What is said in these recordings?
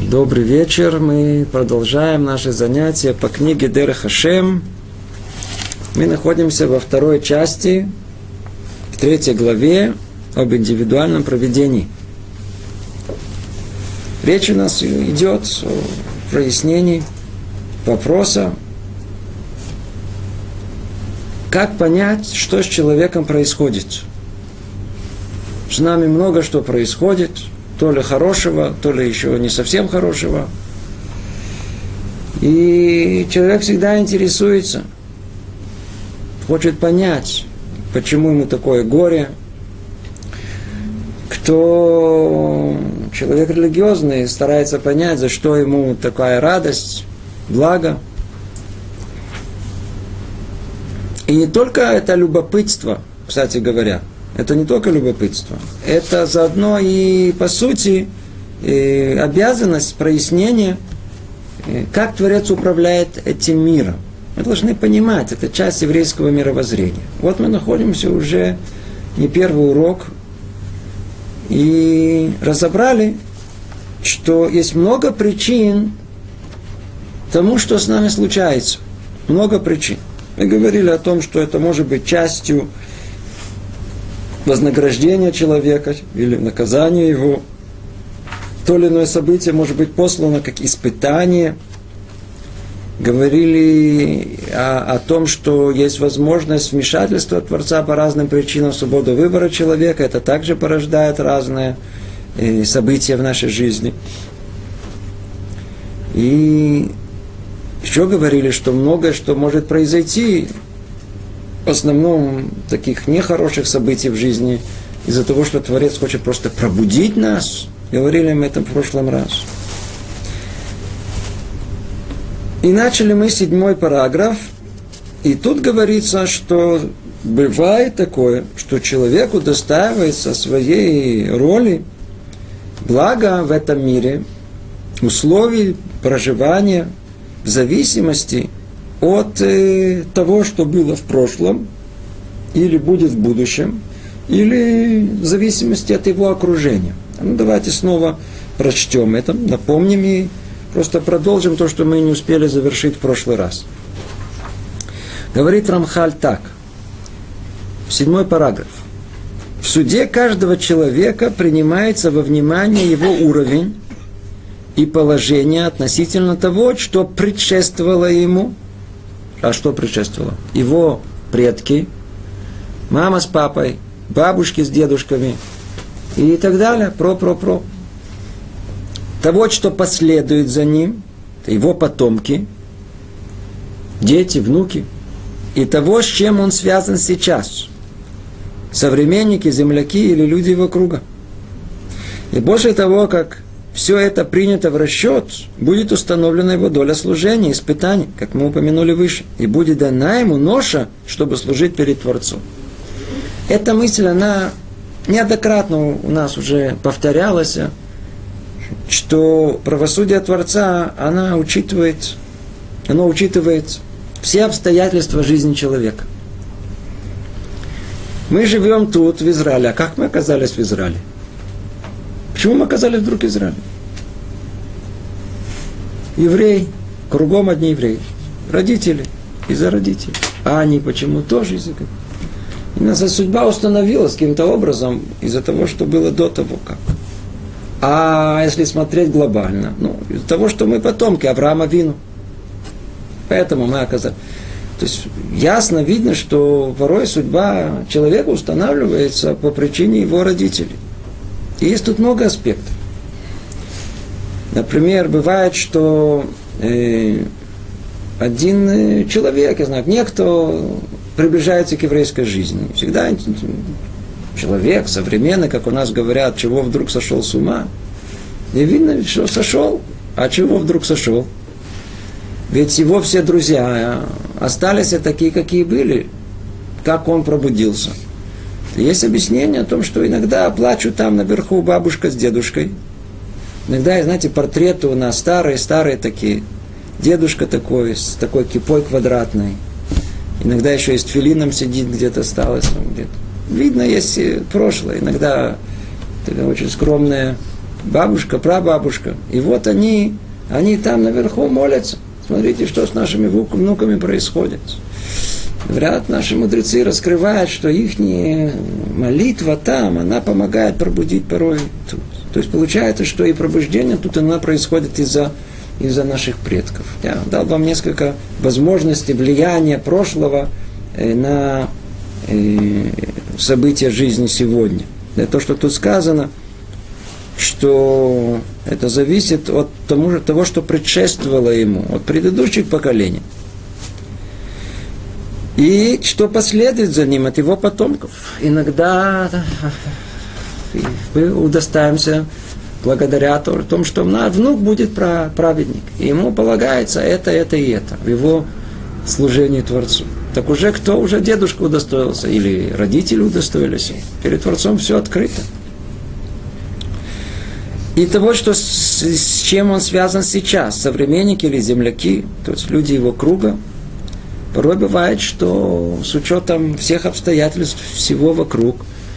Добрый вечер. Мы продолжаем наши занятия по книге Дерех Хашем. Мы находимся во второй части, в 3 главе об индивидуальном провидении. Речь у нас идет о прояснении вопроса, как понять, что с человеком происходит. С нами много что происходит, то ли хорошего, то ли еще не совсем хорошего. И человек всегда интересуется, хочет понять, почему ему такое горе. Кто человек религиозный, старается понять, за что ему такая радость, благо. И не только это любопытство, кстати говоря, это не только любопытство, это заодно и, по сути, обязанность прояснения, как Творец управляет этим миром. Мы должны понимать, это часть еврейского мировоззрения. Вот мы находимся уже не первый урок, и разобрали, что есть много причин тому, что с нами случается. Много причин. Мы говорили о том, что это может быть частью вознаграждения человека или наказания его. То или иное событие может быть послано как испытание. Говорили о том, что есть возможность вмешательства Творца по разным причинам, свободу выбора человека. Это также порождает разные события в нашей жизни. И еще говорили, что многое, что может произойти, в основном таких нехороших событий в жизни, из-за того, что Творец хочет просто пробудить нас. Говорили мы это в прошлом раз. И начали мы 7 параграф. И тут говорится, что бывает такое, что человеку достаивается своей роли благо в этом мире, условий проживания в зависимости от того, что было в прошлом, или будет в будущем, или в зависимости от его окружения. Ну, давайте снова прочтем это, напомним и просто продолжим то, что мы не успели завершить в прошлый раз. Говорит Рамхаль так, 7 параграф. В суде каждого человека принимается во внимание его уровень и положение относительно того, что предшествовало ему. А что предшествовало? Его предки, мама с папой, бабушки с дедушками и так далее, про. Того, что последует за ним, его потомки, дети, внуки, и того, с чем он связан сейчас. Современники, земляки или люди его круга. И больше того, как все это принято в расчет, будет установлена его доля служения, испытаний, как мы упомянули выше. И будет дана ему ноша, чтобы служить перед Творцом. Эта мысль, она неоднократно у нас уже повторялась, что правосудие Творца, оно учитывает все обстоятельства жизни человека. Мы живем тут, в Израиле. А как мы оказались в Израиле? Почему мы оказались вдруг в Израиле? Евреи, кругом одни евреи. Родители из-за родителей. А они почему тоже из-за... И наша судьба установилась каким-то образом из-за того, что было до того, как. А если смотреть глобально, из-за того, что мы потомки Авраама Авину. Поэтому мы оказались... То есть ясно видно, что порой судьба человека устанавливается по причине его родителей. И есть тут много аспектов. Например, бывает, что один человек, я знаю, некто приближается к еврейской жизни. Всегда человек современный, как у нас говорят, чего вдруг сошел с ума. И видно, что сошел. А чего вдруг сошел? Ведь его все друзья остались такие, какие были. Как он пробудился. Есть объяснение о том, что иногда плачут там наверху бабушка с дедушкой. Иногда, знаете, портреты у нас старые такие. Дедушка такой, с такой кипой квадратной. Иногда еще и с тфилином сидит, где-то осталось. Где-то. Видно, есть прошлое. Иногда такая очень скромная бабушка, прабабушка. И вот они там наверху молятся. Смотрите, что с нашими внуками происходит. Говорят, наши мудрецы раскрывают, что их молитва там, она помогает пробудить порой тут. То есть получается, что и пробуждение тут оно происходит из-за наших предков. Я дал вам несколько возможностей влияния прошлого на события жизни сегодня. Это то, что тут сказано, что это зависит от того, что предшествовало ему, от предыдущих поколений. И что последует за ним от его потомков. Иногда мы удостаиваемся благодаря тому, что наш внук будет праведник. И ему полагается это и это в его служении Творцу. Так уже кто? Уже дедушка удостоился, или родители удостоились. Перед Творцом все открыто. И того, что с чем он связан сейчас, современники или земляки, то есть люди его круга, порой бывает, что с учетом всех обстоятельств, всего вокруг,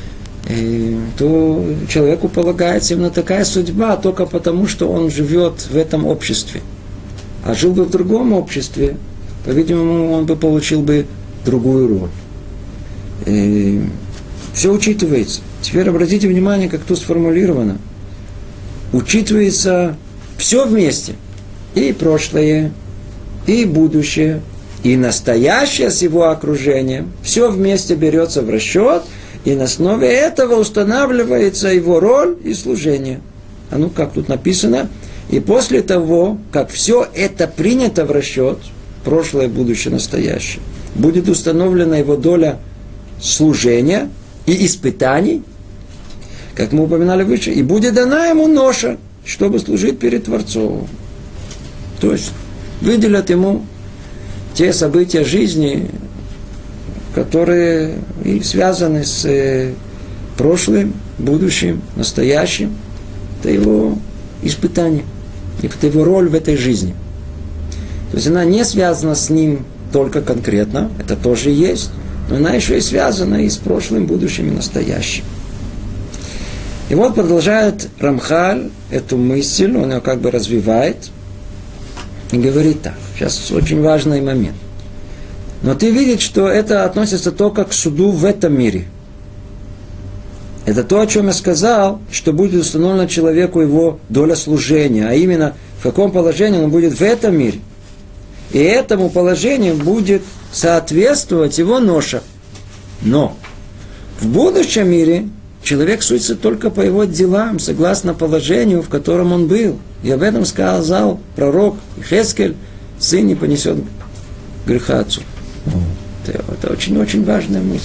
то человеку полагается именно такая судьба только потому, что он живет в этом обществе. А жил бы в другом обществе, по-видимому, он бы получил бы другую роль. Все учитывается. Теперь обратите внимание, как тут сформулировано. Учитывается все вместе. И прошлое, и будущее, и настоящее с его окружением. Все вместе берется в расчет, и на основе этого устанавливается его роль и служение. А ну, как тут написано, и после того, как все это принято в расчет, прошлое, будущее, настоящее, будет установлена его доля служения и испытаний, как мы упоминали выше, и будет дана ему ноша, чтобы служить перед Творцом. То есть выделят ему те события жизни, которые и связаны с прошлым, будущим, настоящим. Это его испытание, это его роль в этой жизни. То есть она не связана с ним только конкретно, это тоже есть, но она еще и связана и с прошлым, будущим и настоящим. И вот продолжает Рамхаль эту мысль, он ее как бы развивает и говорит так. Сейчас очень важный момент. Но ты видишь, что это относится только к суду в этом мире. Это то, о чем я сказал, что будет установлено человеку его доля служения, а именно в каком положении он будет в этом мире. И этому положению будет соответствовать его ноша. Но в будущем мире человек судится только по его делам, согласно положению, в котором он был. И об этом сказал пророк Ихескель: сын не понесет греха отцу. Это очень-очень важная мысль.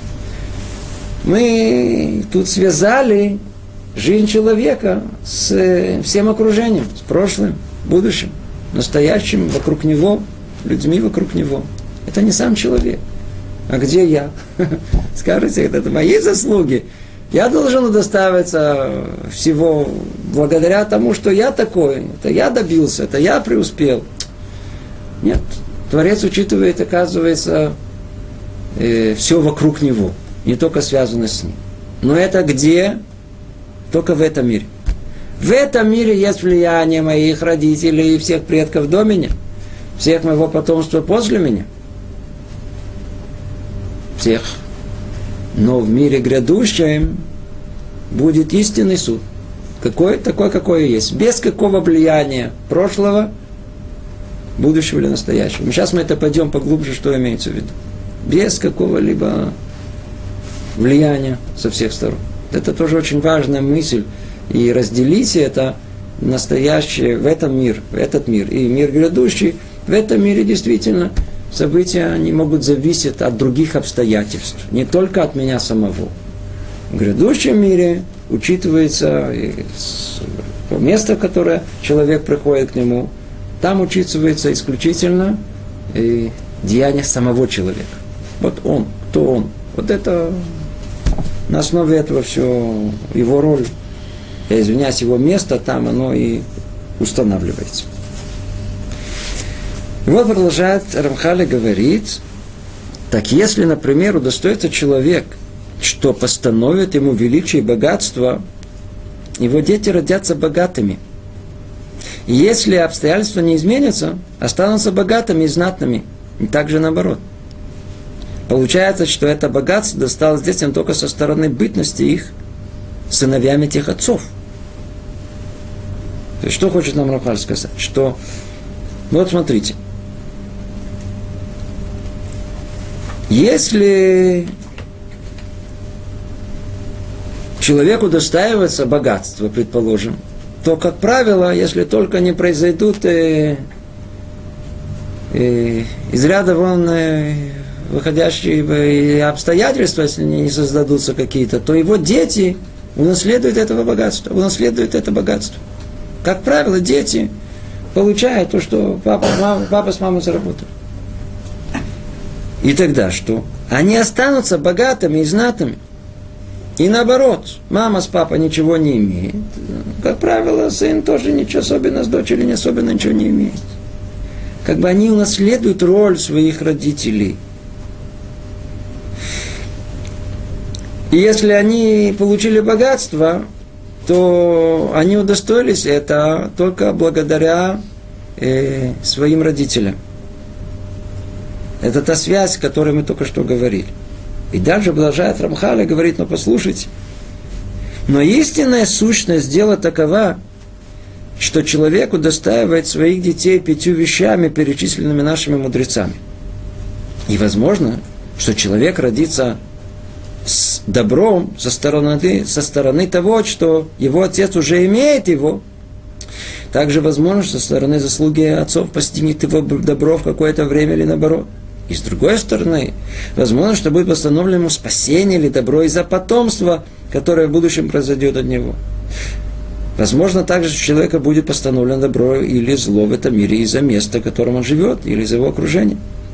Мы тут связали жизнь человека с всем окружением, с прошлым, будущим, настоящим вокруг него, людьми вокруг него. Это не сам человек. А где я? Скажите, это мои заслуги. Я должен удостаиваться всего благодаря тому, что я такой, это я добился, это я преуспел. Нет. Творец учитывает, оказывается, все вокруг него, не только связано с ним. Но это где? Только в этом мире. В этом мире есть влияние моих родителей и всех предков до меня, всех моего потомства после меня, всех. Но в мире грядущем будет истинный суд. Такой, какой есть. Без какого влияния прошлого, будущего или настоящего. Сейчас мы это пойдем поглубже, что имеется в виду. Без какого-либо влияния со всех сторон. Это тоже очень важная мысль. И разделить это настоящее в этот мир и мир грядущий. В этом мире действительно события, они могут зависеть от других обстоятельств, не только от меня самого. В грядущем мире учитывается место, в которое человек приходит к нему, там учитывается исключительно деяние самого человека. Вот он, кто он. Вот это, на основе этого все, его роль, я извиняюсь, его место, там оно и устанавливается. И вот продолжает Рамхаль говорить, так если, например, удостоится человек, что постановит ему величие и богатство, его дети родятся богатыми. И если обстоятельства не изменятся, останутся богатыми и знатными. И также наоборот. Получается, что это богатство досталось детям только со стороны бытности их сыновьями тех отцов. То есть, что хочет нам Рамхаль сказать? Что, вот смотрите, если человеку достаивается богатство, предположим, то, как правило, если только не произойдут из ряда вон выходящие обстоятельства, если не создадутся какие-то, то его дети унаследуют этого богатства, унаследуют это богатство. Как правило, дети получают то, что папа с мамой заработали. И тогда что? Они останутся богатыми и знатными. И наоборот, мама с папой ничего не имеет. Как правило, сын тоже ничего особенно, с дочерью не особенно ничего не имеет. Как бы они унаследуют роль своих родителей. И если они получили богатство, то они удостоились это только благодаря своим родителям. Это та связь, о которой мы только что говорили. И дальше продолжает Рамхаль и говорит, ну послушайте, но истинная сущность дела такова, что человек удостаивает своих детей 5 вещами, перечисленными нашими мудрецами. И возможно, что человек родится с добром со стороны того, что его отец уже имеет его. Также возможно, что со стороны заслуги отцов постигнет его добро в какое-то время или наоборот. И с другой стороны, возможно, что будет восстановлено ему спасение или добро из-за потомства, которое в будущем произойдет от него. Возможно также, что у человека будет постановлено добро или зло в этом мире из-за места, в котором он живет, или из-за его окружения.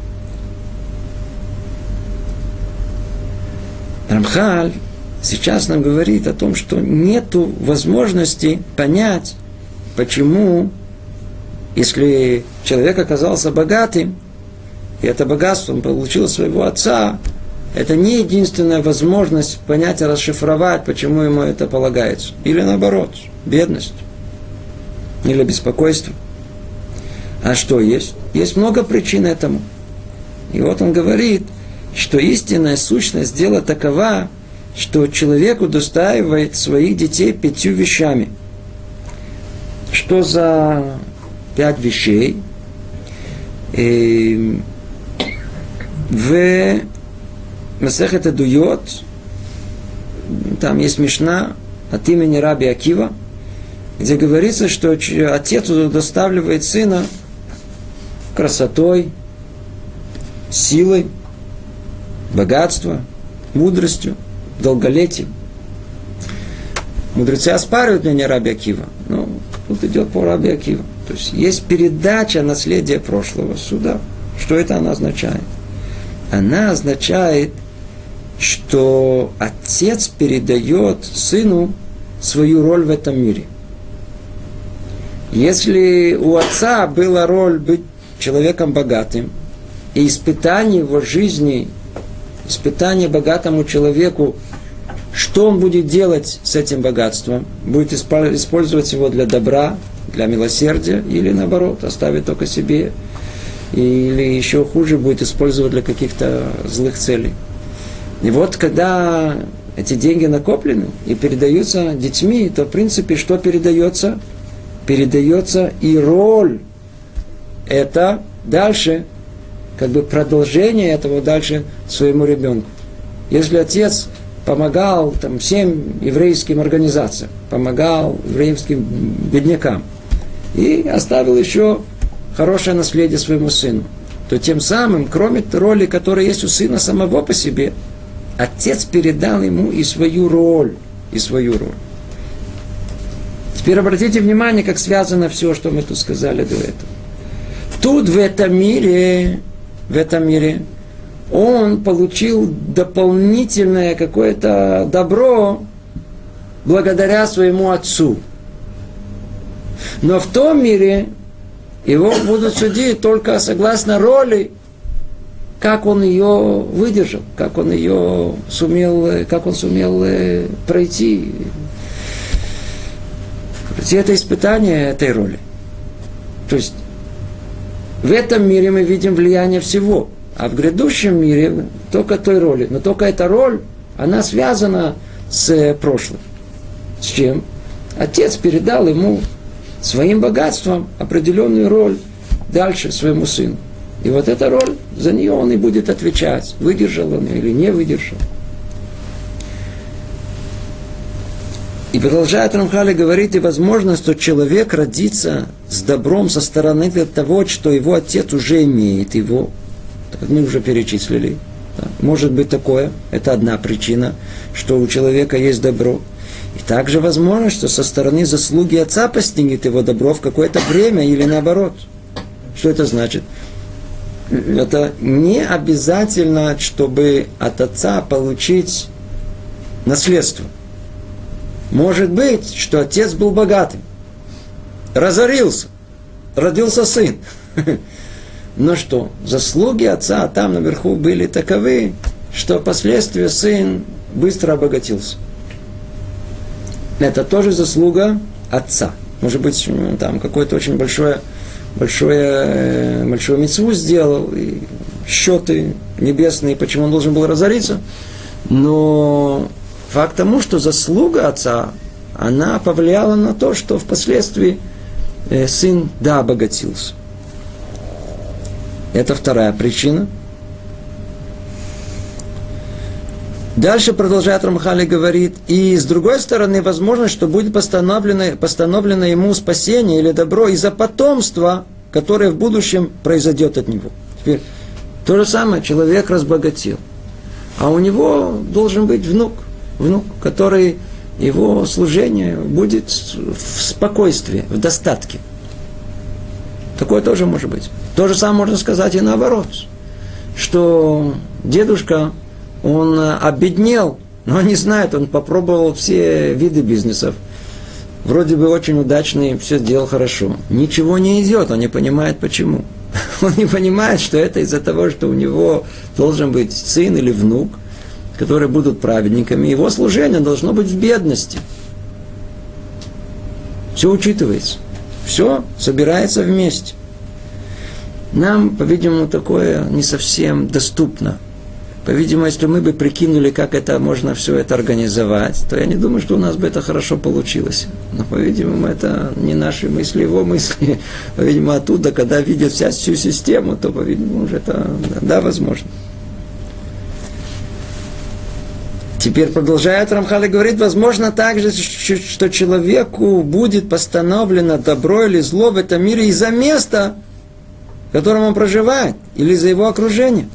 Рамхаль сейчас нам говорит о том, что нет возможности понять, почему, если человек оказался богатым, и это богатство он получил своего отца, это не единственная возможность понять и расшифровать, почему ему это полагается. Или наоборот, бедность, или беспокойство. А что есть? Есть много причин этому. И вот он говорит, что истинная сущность дела такова, что человек удостаивает своих детей 5 вещами. Что за 5 вещей? В Масехет Эдуйот, там есть Мишна от имени Раби Акива, где говорится, что отец удостаивает сына красотой, силой, богатством, мудростью, долголетием. Мудрецы оспаривают мнение Раби Акива. Но тут идет по Раби Акива. То есть есть передача наследия прошлого суда. Что это она означает? Она означает, что отец передает сыну свою роль в этом мире. Если у отца была роль быть человеком богатым, и испытание его жизни, испытание богатому человеку, что он будет делать с этим богатством? Будет использовать его для добра, для милосердия, или наоборот, оставить только себе, или еще хуже, будет использовать для каких-то злых целей. И вот когда эти деньги накоплены и передаются детьми, то в принципе что передается? Передается и роль. Это дальше, как бы продолжение этого дальше своему ребенку. Если отец помогал всем еврейским организациям, помогал еврейским беднякам и оставил еще хорошее наследие своему сыну, то тем самым, кроме роли, которая есть у сына самого по себе, отец передал ему и свою роль, Теперь обратите внимание, как связано все, что мы тут сказали до этого. Тут в этом мире он получил дополнительное какое-то добро благодаря своему отцу. Но в том мире его будут судить только согласно роли, как он ее выдержал, как он сумел пройти. И это испытание этой роли. То есть в этом мире мы видим влияние всего, а в грядущем мире только той роли. Но только эта роль, она связана с прошлым. С чем? Отец передал ему своим богатством определенную роль дальше своему сыну. И вот эта роль, за нее он и будет отвечать, выдержал он или не выдержал. И продолжает Рамхаль говорить, и возможно, что человек родится с добром со стороны того, что его отец уже имеет его. Так мы уже перечислили. Да. Может быть такое, это одна причина, что у человека есть добро. И также возможно, что со стороны заслуги отца постигнет его добро в какое-то время или наоборот. Что это значит? Это не обязательно, чтобы от отца получить наследство. Может быть, что отец был богатым, разорился, родился сын. Но что, заслуги отца там наверху были таковы, что впоследствии сын быстро обогатился. Это тоже заслуга отца. Может быть, там какое-то очень большое мицву сделал, и счеты небесные, почему он должен был разориться. Но факт тому, что заслуга отца, она повлияла на то, что впоследствии сын обогатился. Это вторая причина. Дальше продолжает Рамхаль и говорит, и с другой стороны, возможно, что будет постановлено ему спасение или добро из-за потомства, которое в будущем произойдет от него. Теперь, то же самое, человек разбогател, а у него должен быть внук, который его служение будет в спокойствии, в достатке. Такое тоже может быть. То же самое можно сказать и наоборот, что дедушка, он обеднел, но он не знает, он попробовал все виды бизнесов. Вроде бы очень удачный, все сделал хорошо. Ничего не идет, он не понимает почему. Он не понимает, что это из-за того, что у него должен быть сын или внук, которые будут праведниками. Его служение должно быть в бедности. Все учитывается. Все собирается вместе. Нам, по-видимому, такое не совсем доступно. По-видимому, если мы бы прикинули, как это можно все это организовать, то я не думаю, что у нас бы это хорошо получилось. Но, по-видимому, это не наши мысли, его мысли. По-видимому, оттуда, когда видят всю систему, то, по-видимому, уже это, да, возможно. Теперь продолжает Рамхаль и говорит, возможно также, что человеку будет постановлено добро или зло в этом мире из-за места, в котором он проживает, или из-за его окружения.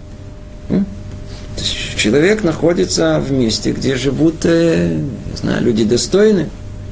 Человек находится в месте, где живут, не знаю, люди достойные,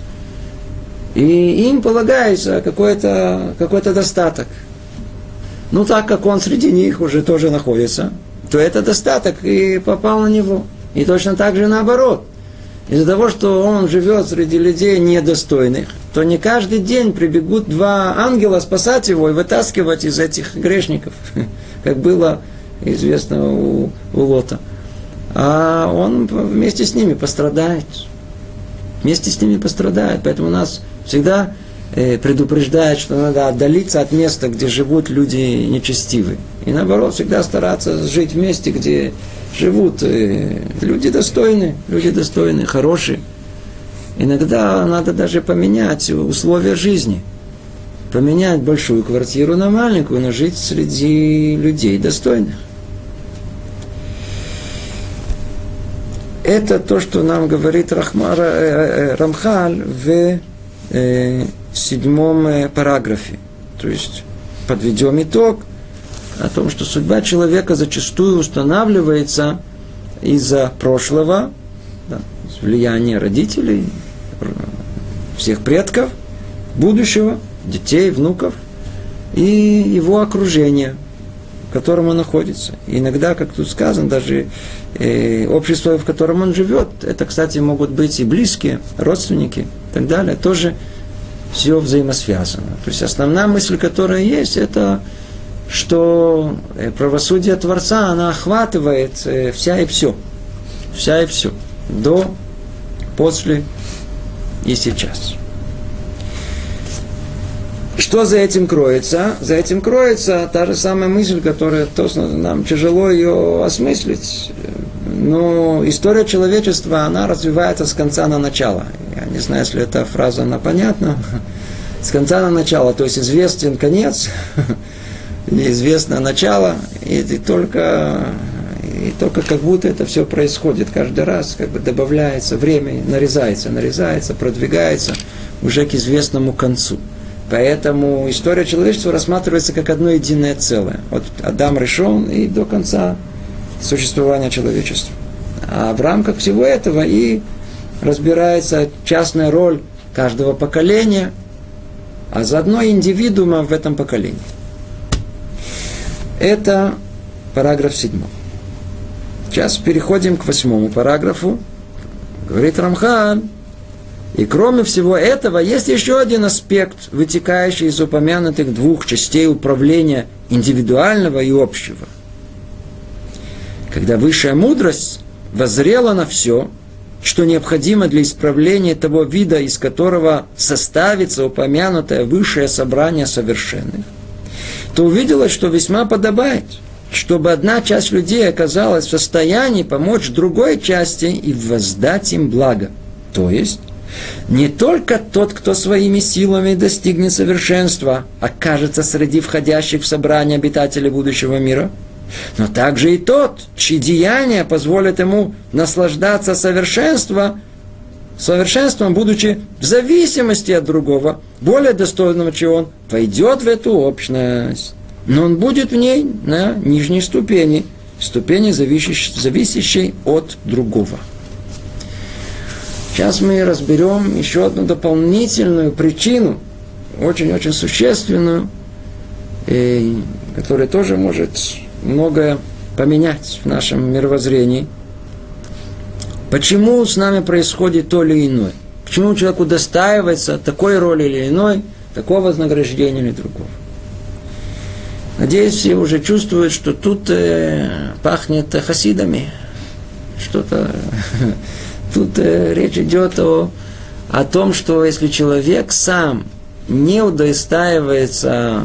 и им полагается какой-то достаток. Ну, так как он среди них уже тоже находится, то этот достаток и попал на него. И точно так же наоборот. Из-за того, что он живет среди людей недостойных, то не каждый день прибегут два ангела спасать его и вытаскивать из этих грешников, как было известно у Лота. А он вместе с ними пострадает. Вместе с ними пострадает. Поэтому нас всегда предупреждает, что надо отдалиться от места, где живут люди нечестивые. И наоборот, всегда стараться жить в месте, где живут люди достойные, хорошие. Иногда надо даже поменять условия жизни. Поменять большую квартиру на маленькую, но жить среди людей достойных. Это то, что нам говорит Рамхаль в 7 параграфе. То есть подведем итог о том, что судьба человека зачастую устанавливается из-за прошлого, да, из влияния родителей, всех предков, будущего, детей, внуков и его окружения, в котором он находится. И иногда, как тут сказано, даже общество, в котором он живет, это, кстати, могут быть и близкие, родственники и так далее, тоже все взаимосвязано. То есть основная мысль, которая есть, это что правосудие Творца, она охватывает вся и все. До, после и сейчас. Что за этим кроется? За этим кроется та же самая мысль, которая нам тяжело ее осмыслить. Но история человечества, она развивается с конца на начало. Я не знаю, если эта фраза, она понятна. С конца на начало, то есть известен конец, неизвестно начало, и только как будто это все происходит каждый раз, как бы добавляется время, нарезается, продвигается уже к известному концу. Поэтому история человечества рассматривается как одно единое целое. От Адам Ришон и до конца существования человечества. А в рамках всего этого и разбирается частная роль каждого поколения, а заодно индивидуума в этом поколении. Это параграф 7. Сейчас переходим к 8 параграфу. Говорит Рамхаль. И кроме всего этого, есть еще один аспект, вытекающий из упомянутых двух частей управления индивидуального и общего. Когда высшая мудрость воззрела на все, что необходимо для исправления того вида, из которого составится упомянутое высшее собрание совершенных, то увидела, что весьма подобает, чтобы одна часть людей оказалась в состоянии помочь другой части и воздать им благо. То есть, не только тот, кто своими силами достигнет совершенства, окажется среди входящих в собрание обитателей будущего мира, но также и тот, чьи деяния позволят ему наслаждаться совершенством, будучи в зависимости от другого, более достойного, чем он, войдет в эту общность. Но он будет в ней на нижней ступени, зависящей от другого. Сейчас мы разберем еще одну дополнительную причину, очень-очень существенную, которая тоже может многое поменять в нашем мировоззрении. Почему с нами происходит то или иное? Почему человеку достаивается такой роли или иной, такого вознаграждения или другого? Надеюсь, все уже чувствуют, что тут пахнет хасидами. Что-то... Тут речь идет о том, что если человек сам не удостаивается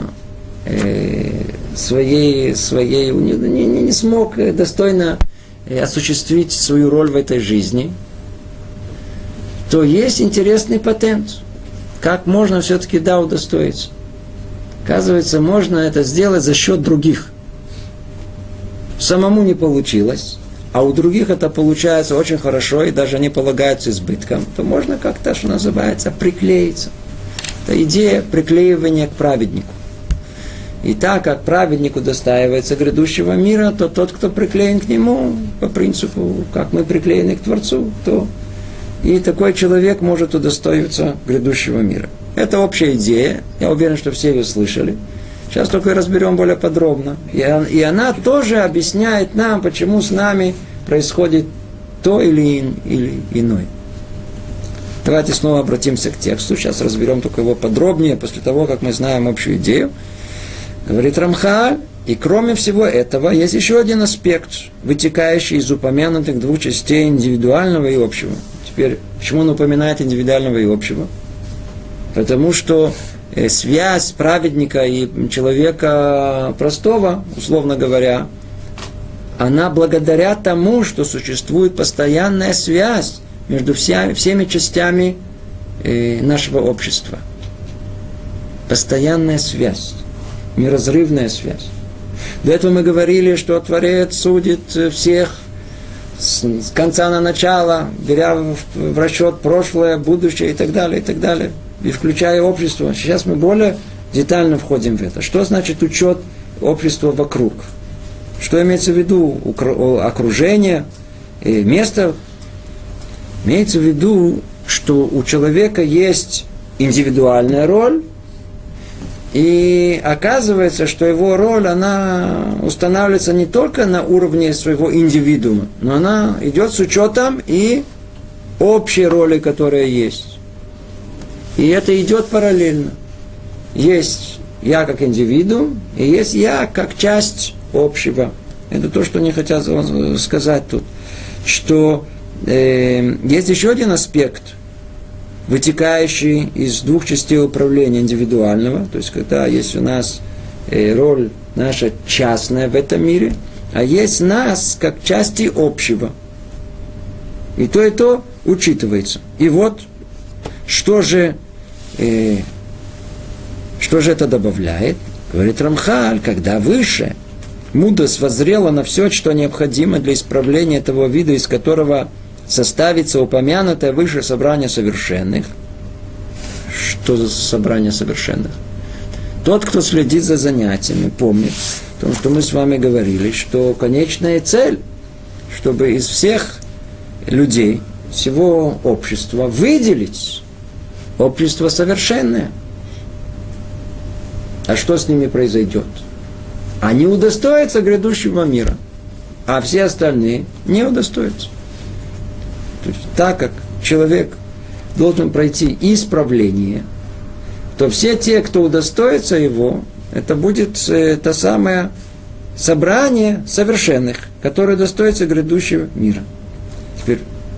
не смог достойно осуществить свою роль в этой жизни, то есть интересный патент. Как можно все-таки удостоиться? Оказывается, можно это сделать за счет других. Самому не получилось, а у других это получается очень хорошо, и даже они полагаются избытком, то можно как-то, что называется, приклеиться. Это идея приклеивания к праведнику. И так как праведнику достаивается грядущего мира, то тот, кто приклеен к нему, по принципу, как мы приклеены к Творцу, то и такой человек может удостоиться грядущего мира. Это общая идея, я уверен, что все ее слышали. Сейчас только разберем более подробно. И она тоже объясняет нам, почему с нами происходит то или иное. Давайте снова обратимся к тексту. Сейчас разберем только его подробнее, после того, как мы знаем общую идею. Говорит Рамхаль, и кроме всего этого, есть еще один аспект, вытекающий из упомянутых двух частей индивидуального и общего. Теперь, почему он упоминает индивидуального и общего? Потому что связь праведника и человека простого, условно говоря, она благодаря тому, что существует постоянная связь между всеми частями нашего общества. Постоянная связь, неразрывная связь. До этого мы говорили, что Творец судит всех с конца на начало, беря в расчет прошлое, будущее и так далее, и включая общество. Сейчас мы более детально входим в это. Что значит учет общества вокруг? Что имеется в виду? Окружение, место. Имеется в виду, что у человека есть индивидуальная роль, и оказывается, что его роль, она устанавливается не только на уровне своего индивидуума, но она идет с учетом и общей роли, которая есть. И это идет параллельно. Есть я как индивидуум, и есть я как часть общего. Это то, что не хотят сказать тут. Что есть еще один аспект, вытекающий из двух частей управления индивидуального, то есть когда есть у нас роль наша частная в этом мире, а есть нас как части общего. И то учитывается. И вот, что же это добавляет? Говорит Рамхаль, когда выше мудрость воззрела на все, что необходимо для исправления того вида, из которого составится упомянутое выше собрание совершенных. Что за собрание совершенных? Тот, кто следит за занятиями, помнит, потому что мы с вами говорили, что конечная цель, чтобы из всех людей, всего общества выделить общество совершенное. А что с ними произойдет? Они удостоятся грядущего мира, а все остальные не удостоятся. То есть, так как человек должен пройти исправление, то все те, кто удостоится его, это будет то самое собрание совершенных, которое достоится грядущего мира. Теперь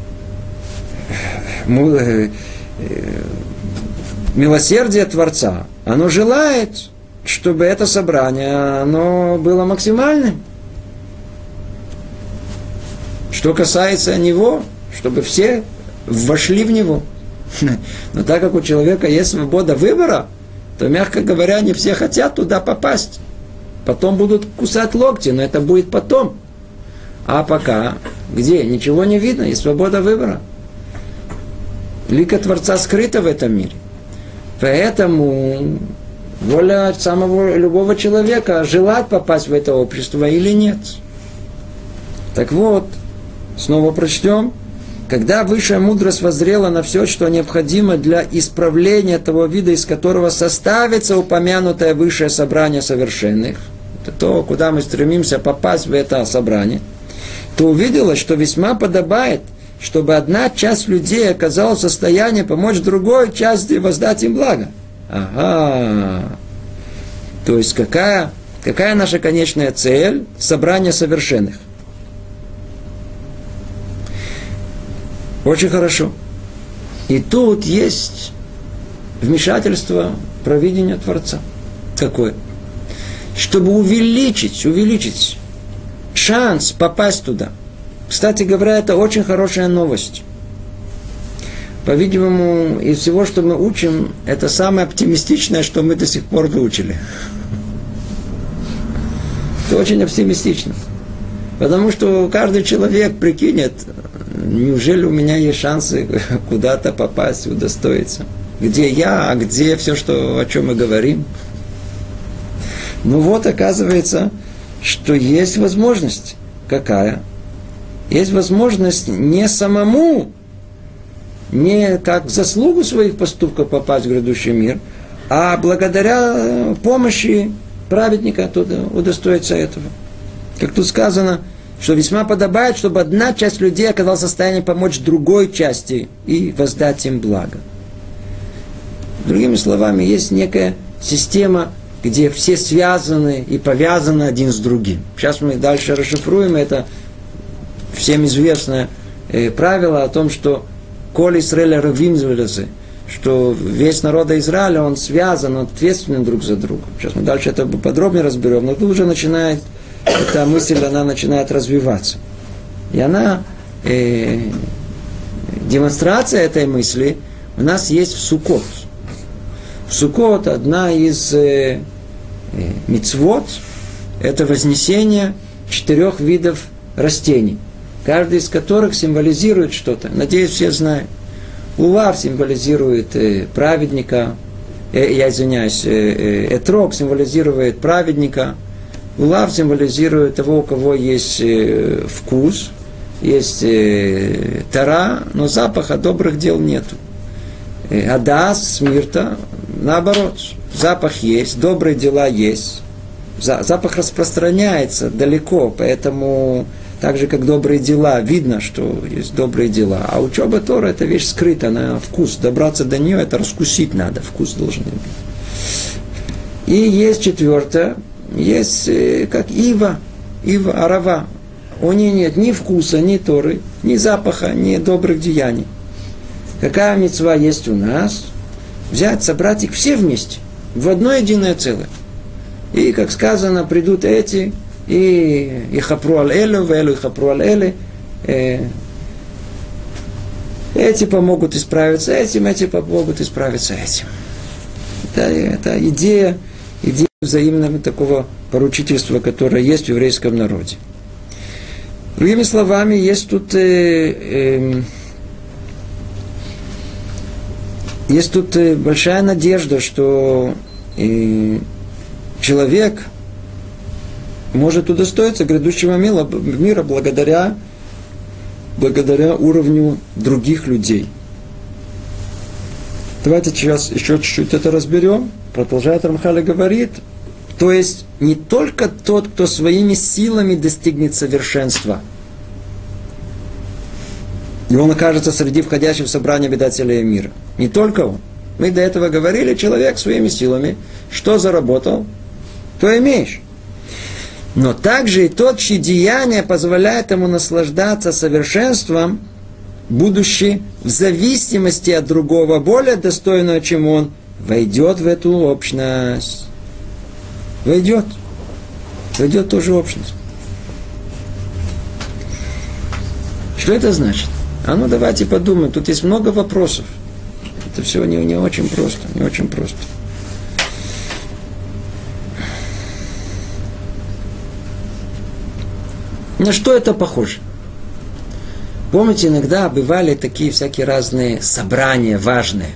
милосердие Творца, оно желает, чтобы это собрание, оно было максимальным. Что касается него, чтобы все вошли в него. Но так как у человека есть свобода выбора, то, мягко говоря, не все хотят туда попасть. Потом будут кусать локти, но это будет потом. А пока, где? Ничего не видно, есть свобода выбора. Лика Творца скрыта в этом мире. Поэтому воля самого любого человека желать попасть в это общество или нет. Так вот, снова прочтем. Когда высшая мудрость воззрела на все, что необходимо для исправления того вида, из которого составится упомянутое высшее собрание совершенных, это то, куда мы стремимся попасть в это собрание, то увидела, что весьма подобает, чтобы одна часть людей оказалась в состоянии помочь другой части воздать им благо. Ага. То есть какая наша конечная цель? Собрание совершенных. Очень хорошо. И тут есть вмешательство провидения Творца. Какое? Чтобы увеличить шанс попасть туда. Кстати говоря, это очень хорошая новость. По-видимому, из всего, что мы учим, это самое оптимистичное, что мы до сих пор выучили. Это очень оптимистично. Потому что каждый человек прикинет, неужели у меня есть шансы куда-то попасть, удостоиться? Где я, а где все, о чем мы говорим? Ну вот, оказывается, что есть возможность. Какая? Есть возможность не самому, не как заслугу своих поступков попасть в грядущий мир, а благодаря помощи праведника удостоиться этого. Как тут сказано, что весьма подобает, чтобы одна часть людей оказалась в состоянии помочь другой части и воздать им благо. Другими словами, есть некая система, где все связаны и повязаны один с другим. Сейчас мы дальше расшифруем это всем известное правило о том, что «Коль Исраэль раввим звелезе», что весь народ Израиля, он связан, он ответственен друг за друга. Сейчас мы дальше это подробнее разберем, но тут уже начинает эта мысль, она начинает развиваться. И она, демонстрация этой мысли у нас есть в Суккот. В Суккот одна из мицвот – это вознесение 4 видов растений, каждый из которых символизирует что-то. Надеюсь, все знают. Улав символизирует праведника, этрог символизирует праведника, улав символизирует того, у кого есть вкус, есть тара, но запаха добрых дел нету. Адас, смирта, наоборот, запах есть, добрые дела есть. Запах распространяется далеко, поэтому так же, как добрые дела, видно, что есть добрые дела. А учеба Тора – это вещь скрыта, она вкус. Добраться до нее – это раскусить надо, вкус должен быть. И есть 4, есть как ива, арава. У нее нет ни вкуса, ни Торы, ни запаха, ни добрых деяний. Какая мицва есть у нас? Взять, собрать их все вместе, в одно единое целое. И, как сказано, придут эти, и хапру аль-элю, вэлю и хапру аль-эле. Эти помогут исправиться этим, эти помогут исправиться этим. Это идея взаимного такого поручительства, которое есть в еврейском народе. Другими словами, есть тут большая надежда, что человек может удостоиться грядущего мира благодаря уровню других людей. Давайте сейчас еще чуть-чуть это разберем. Продолжает Рамхаль и говорит, то есть не только тот, кто своими силами достигнет совершенства, и он окажется среди входящих в собрание обитателей мира. Не только он. Мы до этого говорили, человек своими силами, что заработал, то имеешь. Но также и тот, чьи деяния позволяют ему наслаждаться совершенством, будучи в зависимости от другого, более достойного, чем он, войдет в эту общность. Войдет тоже в общность. Что это значит? А ну давайте подумаем. Тут есть много вопросов. Это все не очень просто. Не очень просто. На что это похоже? Помните, иногда бывали такие всякие разные собрания важные.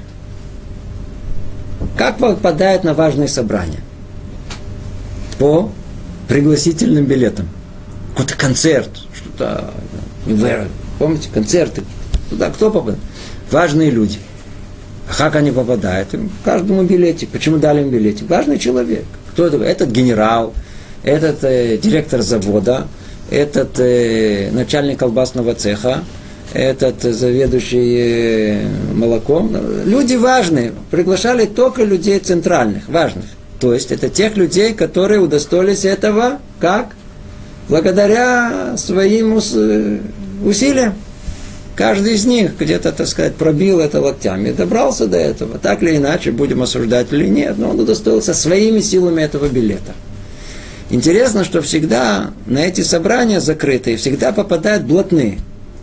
Как попадают на важные собрания? По пригласительным билетам. Какой-то концерт, что-то. Помните, концерты. Туда кто попадает? Важные люди. А как они попадают? Каждому билетик. Почему дали им билетик? Важный человек. Кто это? Этот генерал, этот директор завода, этот начальник колбасного цеха, этот заведующий молоком. Люди важные. Приглашали только людей центральных, важных. То есть это тех людей, которые удостоились этого, как? Благодаря своим усилиям. Каждый из них где-то, так сказать, пробил это локтями, добрался до этого. Так или иначе, будем осуждать или нет, но он удостоился своими силами этого билета. Интересно, что всегда на эти собрания закрытые всегда попадают блатные.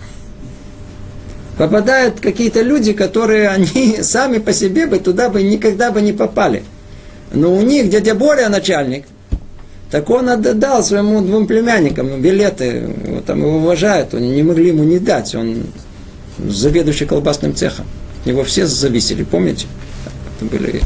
Попадают какие-то люди, которые они сами по себе бы туда бы никогда бы не попали. Но у них дядя Боря, начальник, так он отдал своему 2 племянникам билеты, вот, там его уважают, они не могли ему не дать, он заведующий колбасным цехом. Его все зависели, помните? Это были...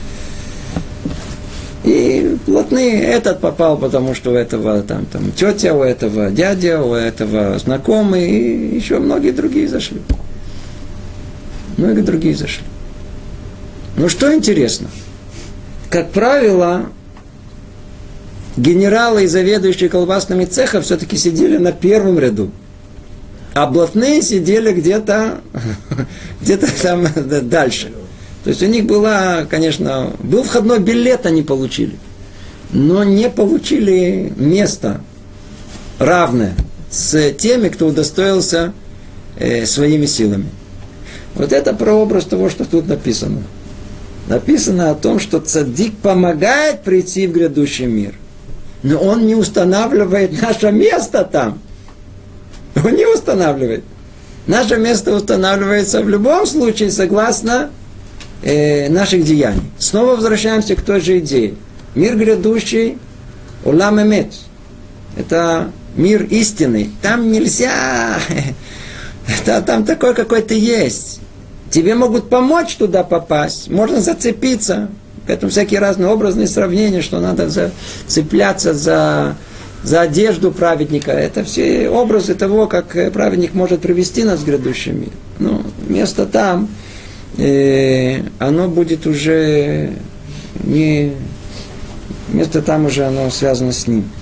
И блатные, этот попал, потому что у этого там тетя, у этого дядя, у этого знакомый, и еще многие другие зашли. Многие другие зашли. Ну что интересно? Как правило, генералы и заведующие колбасными цехами все-таки сидели на первом ряду. А блатные сидели где-то там дальше. То есть у них была, конечно, был входной билет, они получили. Но не получили место равное с теми, кто удостоился своими силами. Вот это прообраз того, что тут написано. Написано о том, что цадик помогает прийти в грядущий мир. Но он не устанавливает наше место там. Он не устанавливает. Наше место устанавливается в любом случае согласно наших деяний. Снова возвращаемся к той же идее. Мир грядущий, улам эмет. Это мир истинный. Там нельзя. Там такой, какой ты есть. Тебе могут помочь туда попасть. Можно зацепиться. Поэтому всякие разные образные сравнения, что надо цепляться за одежду праведника. Это все образы того, как праведник может привести нас в грядущий мир. Ну, место там, оно будет уже не... Место там уже оно связано с ним.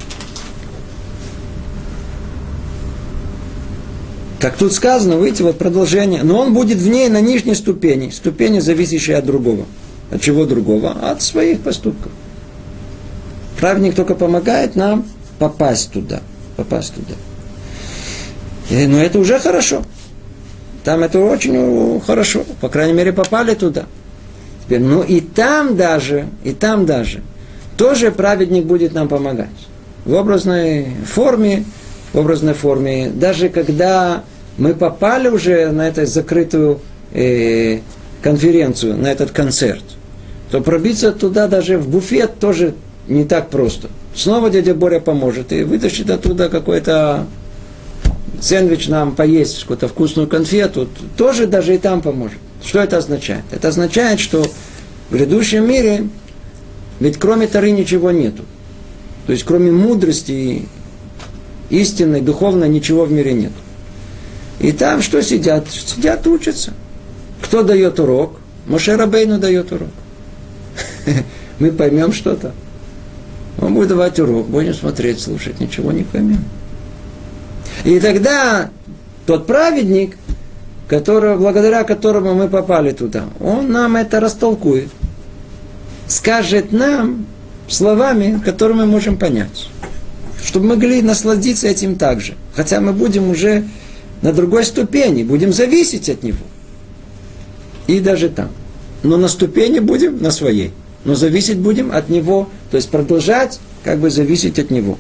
Как тут сказано, видите, вот продолжение. Но он будет в ней на нижней ступени. Ступени, зависящие от другого. От чего другого? От своих поступков. Праведник только помогает нам попасть туда. Но это уже хорошо. Там это очень хорошо. По крайней мере, попали туда. Теперь, ну и там даже, тоже праведник будет нам помогать. В образной форме, даже когда мы попали уже на эту закрытую конференцию, на этот концерт, то пробиться туда даже в буфет тоже не так просто. Снова дядя Боря поможет и вытащит оттуда какой-то сэндвич нам поесть, какую-то вкусную конфету, тоже даже и там поможет. Что это означает? Это означает, что в грядущем мире ведь кроме Торы ничего нету. То есть кроме мудрости истинной, духовной ничего в мире нет. И там что сидят? Сидят, учатся. Кто дает урок? Моше Рабейну дает урок. Мы поймем что-то. Он будет давать урок, будем смотреть, слушать, ничего не поймем. И тогда тот праведник, благодаря которому мы попали туда, он нам это растолкует. Скажет нам словами, которые мы можем понять. Чтобы мы могли насладиться этим также. Хотя мы будем уже на другой ступени, будем зависеть от него. И даже там. Но на ступени будем на своей. Но зависеть будем от него, то есть продолжать зависеть от него.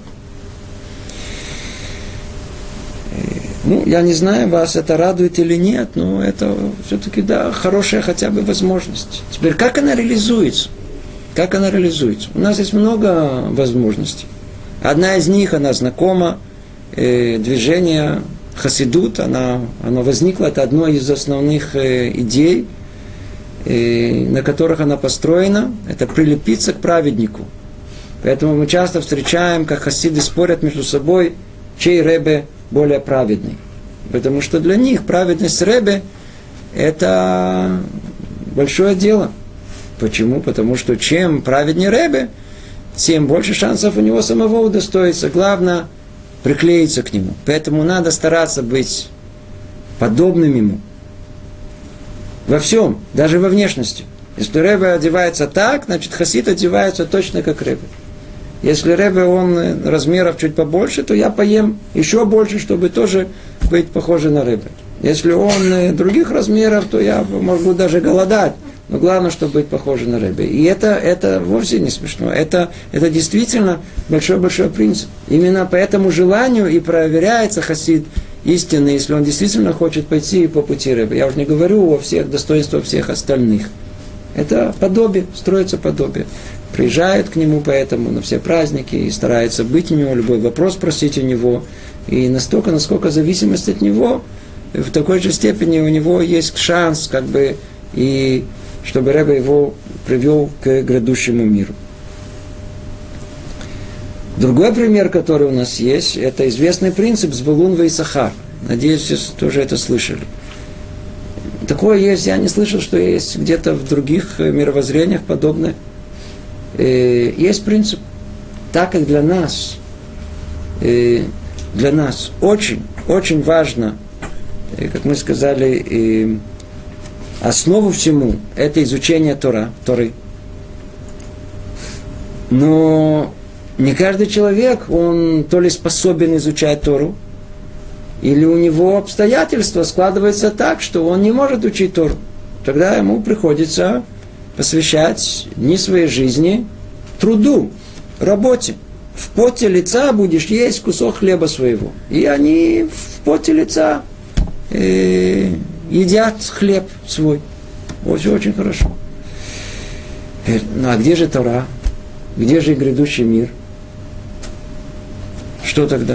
Ну, я не знаю, вас это радует или нет, но это все-таки, хорошая хотя бы возможность. Теперь, как она реализуется? У нас есть много возможностей. Одна из них, она знакома, движение Хасидут, оно возникло, это одно из основных идей, на которых она построена, это прилепиться к праведнику. Поэтому мы часто встречаем, как хасиды спорят между собой, чей ребе более праведный. Потому что для них праведность ребе – это большое дело. Почему? Потому что чем праведнее ребе, тем больше шансов у него самого удостоиться. Главное – приклеиться к нему. Поэтому надо стараться быть подобным ему. Во всем, даже во внешности. Если ребе одевается так, значит хасид одевается точно как ребе. Если ребе, он размеров чуть побольше, то я поем еще больше, чтобы тоже быть похожим на ребе. Если он других размеров, то я могу даже голодать. Но главное, чтобы быть похожим на ребе. И это вовсе не смешно. Это действительно большой-большой принцип. Именно по этому желанию и проверяется хасид истинный, если он действительно хочет пойти по пути ребе. Я уже не говорю о всех достоинствах всех остальных. Это подобие, строится подобие. Приезжают к нему поэтому на все праздники и стараются быть у него, любой вопрос просить у него. И настолько, насколько зависимость от него, в такой же степени у него есть шанс, и чтобы ребе его привел к грядущему миру. Другой пример, который у нас есть, это известный принцип Звулун ва Исахар. Надеюсь, все тоже это слышали. Такое есть, я не слышал, что есть где-то в других мировоззрениях подобное. Есть принцип, так как для нас очень, очень важно, как мы сказали, основу всему это изучение Торы. Но не каждый человек, он то ли способен изучать Тору, или у него обстоятельства складываются так, что он не может учить Тору. Тогда ему приходится посвящать дни своей жизни труду, работе. В поте лица будешь есть кусок хлеба своего. И они в поте лица едят хлеб свой. Все очень хорошо. Ну а где же Тора? Где же грядущий мир? Что тогда?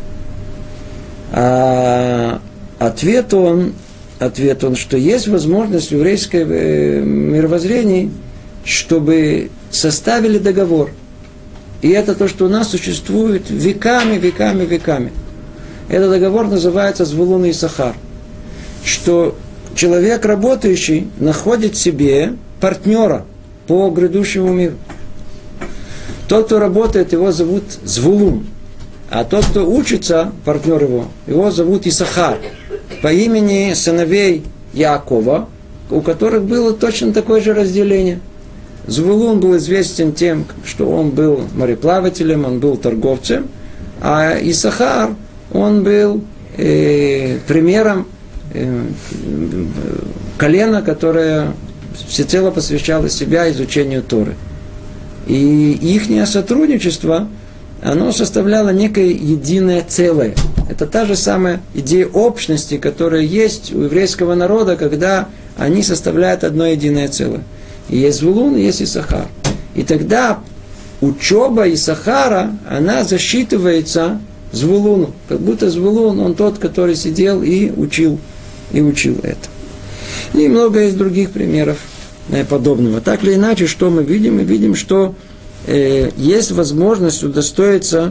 Ответ он, что есть возможность в еврейском мировоззрении, чтобы составили договор. И это то, что у нас существует веками. Этот договор называется Звулун и Исахар. Что человек, работающий, находит себе партнера по грядущему миру. Тот, кто работает, его зовут Звулун. А тот, кто учится, партнер его зовут Исахар. По имени сыновей Яакова, у которых было точно такое же разделение. Звулун был известен тем, что он был мореплавателем, он был торговцем, а Исахар, он был примером колено, которое всецело посвящало себя изучению Торы. И их сотрудничество, оно составляло некое единое целое. Это та же самая идея общности, которая есть у еврейского народа, когда они составляют одно единое целое. И есть Звулун, и есть Исахар. И тогда учеба Исахара, она засчитывается Звулуну. Как будто Звулун, он тот, который сидел и учил это. И много есть других примеров подобного. Так или иначе, что мы видим? Мы видим, что есть возможность удостоиться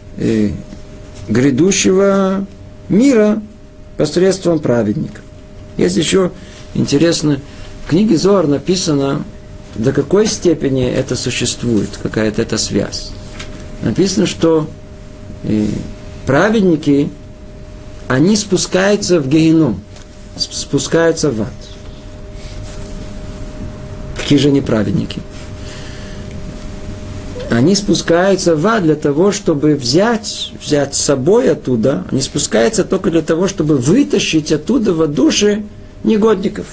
грядущего мира посредством праведников. Есть еще интересно, в книге Зоар написано, до какой степени это существует, какая-то эта связь. Написано, что праведники, они спускаются в Геһенном, спускаются в ад. Какие же они праведники? Они спускаются в ад для того, чтобы взять с собой оттуда. Они спускаются только для того, чтобы вытащить оттуда в души негодников.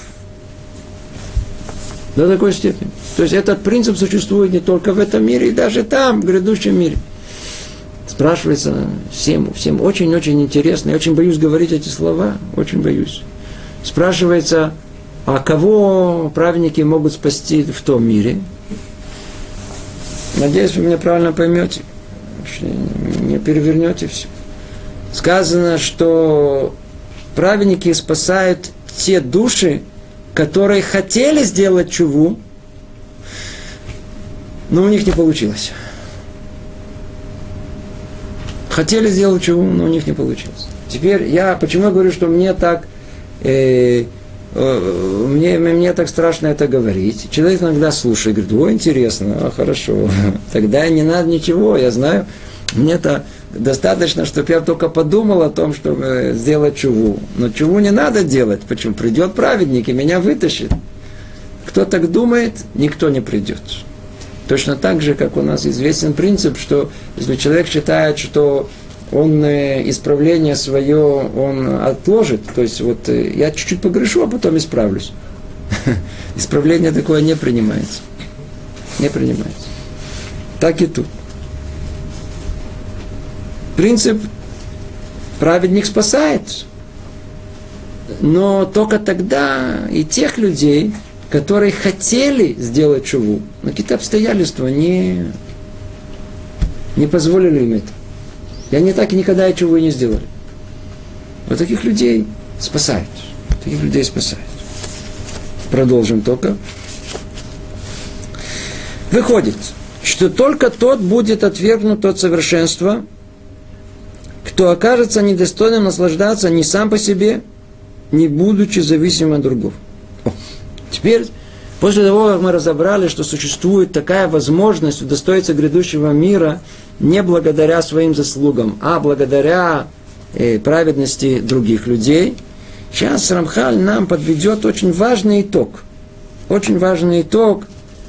До такой степени. То есть этот принцип существует не только в этом мире, и даже там, в грядущем мире. Спрашивается всем очень-очень интересно. Я очень боюсь говорить эти слова, очень боюсь. Спрашивается, а кого праведники могут спасти в том мире? Надеюсь, вы меня правильно поймете, не перевернете все. Сказано, что праведники спасают те души, которые хотели сделать чуву, но у них не получилось. Хотели сделать чуву, но у них не получилось. Теперь почему я говорю, что мне так страшно это говорить. Человек иногда слушает, говорит, ой, интересно, хорошо, тогда не надо ничего, я знаю, мне-то достаточно, чтобы я только подумал о том, чтобы сделать чуву. Но чуву не надо делать, почему? Придет праведник и меня вытащит. Кто так думает, никто не придет. Точно так же, как у нас известен принцип, что если человек считает, что он исправление свое, он отложит, то есть вот я чуть-чуть погрешу, а потом исправлюсь. Исправление такое не принимается. Не принимается. Так и тут. Принцип праведник спасает, но только тогда и тех людей, которые хотели сделать чуву, но какие-то обстоятельства не позволили им это. И они так и никогда чего и не сделали. Вот таких людей спасают. Таких людей спасают. Продолжим только. Выходит, что только тот будет отвергнут от совершенства, кто окажется недостойным наслаждаться ни сам по себе, не будучи зависимым от другого. Теперь, после того, как мы разобрали, что существует такая возможность удостоиться грядущего мира не благодаря своим заслугам, а благодаря праведности других людей, сейчас Рамхаль нам подведет очень важный итог. Очень важный итог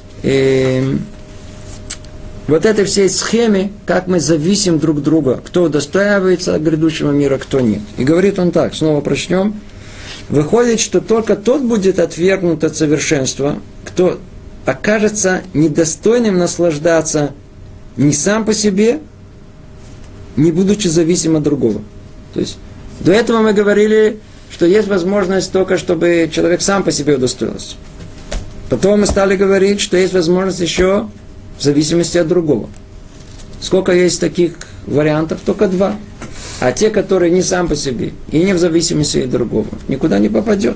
вот этой всей схеме, как мы зависим друг от друга, кто удостаивается от грядущего мира, кто нет. И говорит он так, снова прочнем. Выходит, что только тот будет отвергнут от совершенства, кто окажется недостойным наслаждаться ни сам по себе, не будучи зависим от другого. То есть, до этого мы говорили, что есть возможность только, чтобы человек сам по себе удостоился. Потом мы стали говорить, что есть возможность еще в зависимости от другого. Сколько есть таких вариантов? Только два. А те, которые не сам по себе и не в зависимости от другого, никуда не попадет.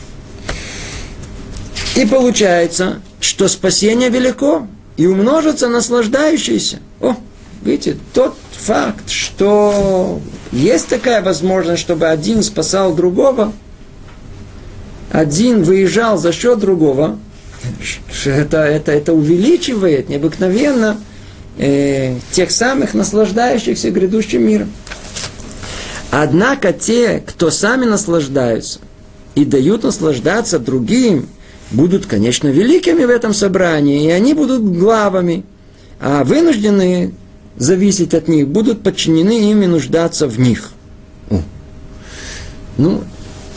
И получается, что спасение велико и умножится наслаждающийся. Видите, тот факт, что есть такая возможность, чтобы один спасал другого, один выезжал за счет другого, это увеличивает необыкновенно тех самых наслаждающихся грядущим миром. Однако те, кто сами наслаждаются и дают наслаждаться другим, будут, конечно, великими в этом собрании, и они будут главами, а вынужденные зависеть от них будут подчинены им и нуждаться в них.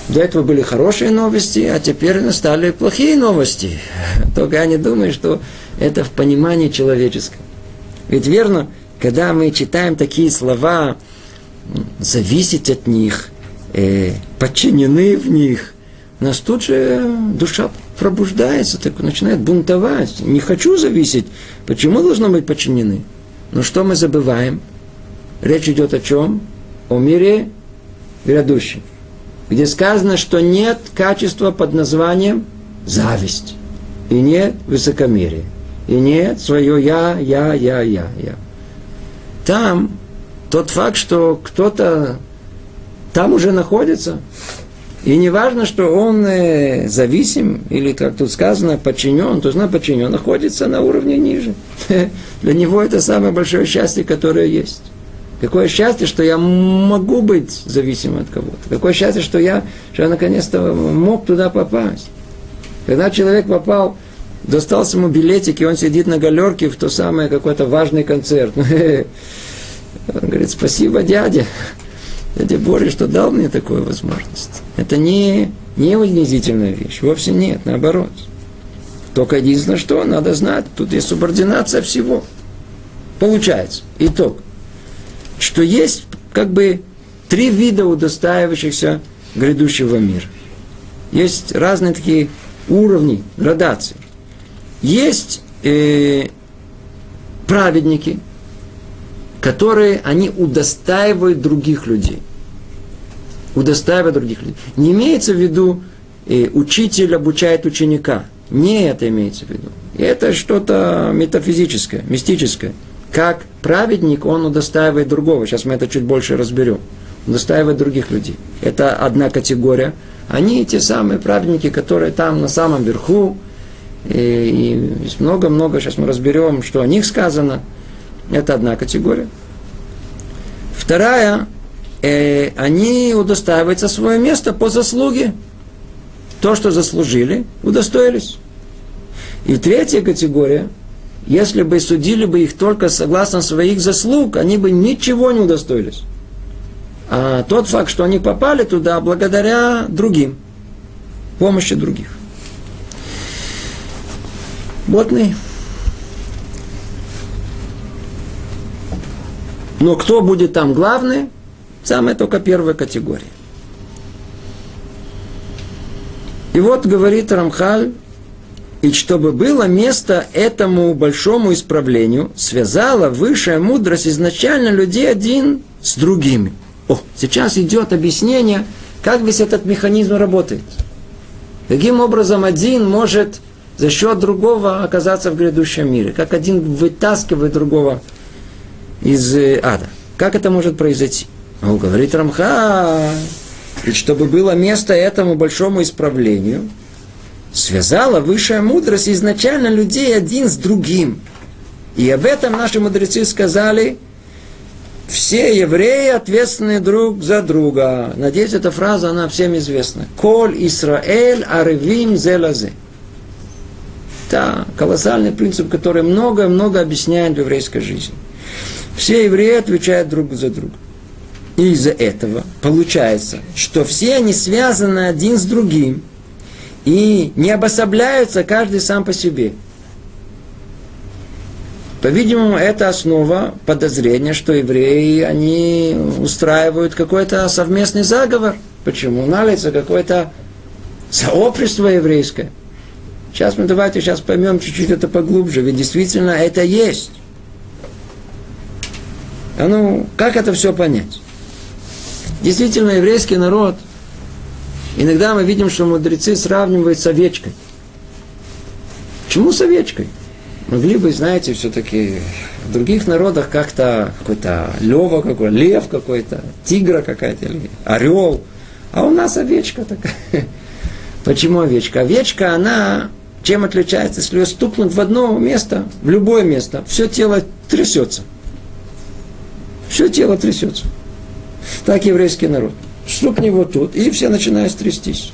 До этого были хорошие новости, а теперь настали плохие новости. Только я не думаю, что это в понимании человеческом. Ведь верно, когда мы читаем такие слова, зависеть от них, подчинены в них, у нас тут же душа пробуждается, так начинает бунтовать. Не хочу зависеть. Почему должно быть подчинены? Но что мы забываем? Речь идет о чем? О мире грядущем, где сказано, что нет качества под названием зависть, и нет высокомерия, и нет свое я. Там тот факт, что кто-то там уже находится, и не важно, что он зависим, или, как тут сказано, подчинен, то есть подчинен, находится на уровне ниже. Для него это самое большое счастье, которое есть. Какое счастье, что я могу быть зависимым от кого-то. Какое счастье, что я наконец-то мог туда попасть. Когда человек попал, достался ему билетик, и он сидит на галерке в то самое какой-то важный концерт. Он говорит, спасибо, дядя Боря, что дал мне такую возможность. Это не унизительная вещь, вовсе нет, наоборот. Только единственное, что надо знать, тут есть субординация всего. Получается, итог, что есть как бы 3 вида удостаивающихся грядущего мира. Есть разные такие уровни, градации. Есть праведники, которые они удостаивают других людей. Удостаивают других людей. Не имеется в виду учитель обучает ученика. Не это имеется в виду. Это что-то метафизическое, мистическое. Как праведник, он удостаивает другого. Сейчас мы это чуть больше разберем. Удостаивает других людей. Это одна категория. Они те самые праведники, которые там на самом верху. И есть много-много. Сейчас мы разберем, что о них сказано. Это одна категория. Вторая, они удостаиваются свое место по заслуге. То, что заслужили, удостоились. И третья категория, если бы судили бы их только согласно своих заслуг, они бы ничего не удостоились. А тот факт, что они попали туда благодаря другим, помощи других. Ботный. Но кто будет там главный? Самая только первая категория. И вот говорит Рамхаль, и чтобы было место этому большому исправлению, связала высшая мудрость изначально людей один с другими. Сейчас идет объяснение, как весь этот механизм работает. Каким образом один может за счет другого оказаться в грядущем мире. Как один вытаскивает другого из ада. Как это может произойти? Говорит Рамхаль, и чтобы было место этому большому исправлению, связала высшая мудрость изначально людей один с другим. И об этом наши мудрецы сказали, все евреи ответственны друг за друга. Надеюсь, эта фраза, она всем известна. Коль Исраэль аревим зелазе. Это колоссальный принцип, который много-много объясняет в еврейской жизни. Все евреи отвечают друг за друга. И из-за этого получается, что все они связаны один с другим и не обособляются каждый сам по себе. По-видимому, это основа подозрения, что евреи, они устраивают какой-то совместный заговор. Почему? Налится какое-то сообщество еврейское. Давайте поймем чуть-чуть это поглубже, ведь действительно это есть. Как это все понять? Действительно, еврейский народ, иногда мы видим, что мудрецы сравнивают с овечкой. Почему с овечкой? Могли бы, знаете, все-таки в других народах как-то какой-то лев какой-то, тигра какая-то, или орел. А у нас овечка такая. Почему овечка? Овечка, она чем отличается? Если ее стукнуть в одно место, в любое место, все тело трясется. Все тело трясется. Так еврейский народ. Стукни вот тут, и все начинают трястись.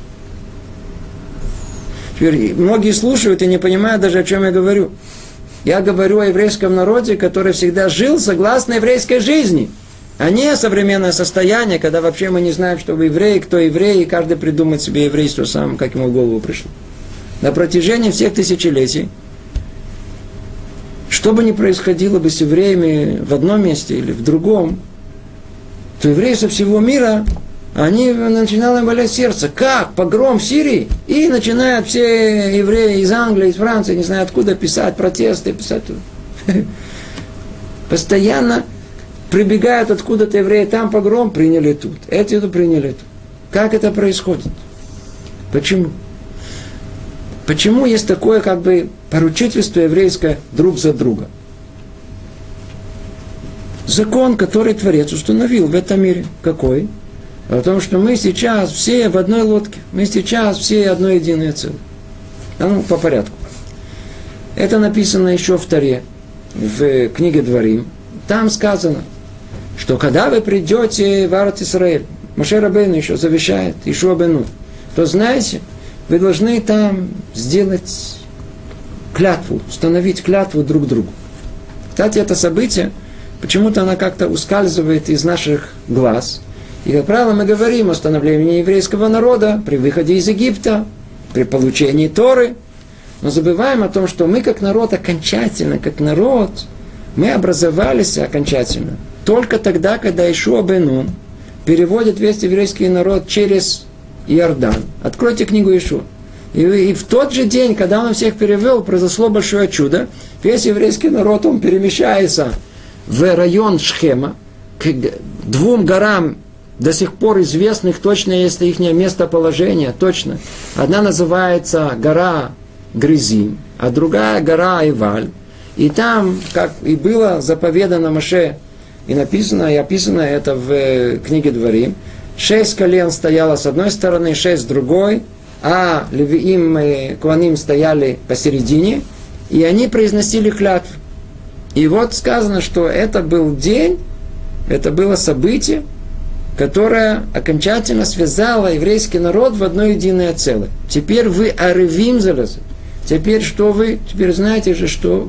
Теперь многие слушают и не понимают даже, о чем я говорю. Я говорю о еврейском народе, который всегда жил согласно еврейской жизни. А не современное состояние, когда вообще мы не знаем, что вы еврей, кто еврей, и каждый придумает себе еврейство сам, как ему в голову пришло. На протяжении всех тысячелетий, что бы ни происходило бы с евреями в одном месте или в другом, то евреи со всего мира, они начинали им болеть сердце. Как? Погром в Сирии? И начинают все евреи из Англии, из Франции, не знаю откуда, писать протесты, писать. Постоянно прибегают откуда-то евреи, там погром, приняли тут. Эти тут приняли тут. Как это происходит? Почему? Почему есть такое как бы поручительство еврейское друг за друга? Закон, который Творец установил в этом мире. Какой? О том, что мы сейчас все в одной лодке. Мы сейчас все одно единое целое. По порядку. Это написано еще в Торе, в книге Дворим. Там сказано, что когда вы придете в Арат Исраэль, Моше Рабейну еще завещает, Йешуа бен Нун, то знаете, вы должны там сделать клятву, установить клятву друг другу. Кстати, это событие, почему-то оно как-то ускальзывает из наших глаз. И, как правило, мы говорим о становлении еврейского народа при выходе из Египта, при получении Торы. Но забываем о том, что мы как народ окончательно, как народ, мы образовались окончательно только тогда, когда Йешуа бен Нун переводит весь еврейский народ через Иордан. Откройте книгу Йешуа. И в тот же день, когда он всех перевел, произошло большое чудо. Весь еврейский народ, он перемещается в район Шхема, к двум горам, до сих пор известных, точно есть их местоположение, точно. Одна называется гора Гризим, а другая гора Иваль. И там, как и было заповедано Моше, и написано, и описано это в книге Дворим, 6 колен стояло с одной стороны, 6 с другой, а Левиим и Коаним стояли посередине, и они произносили клятву. И вот сказано, что это был день, это было событие, которое окончательно связало еврейский народ в одно единое целое. Теперь вы аревим залезли. Теперь что вы? Теперь знаете же, что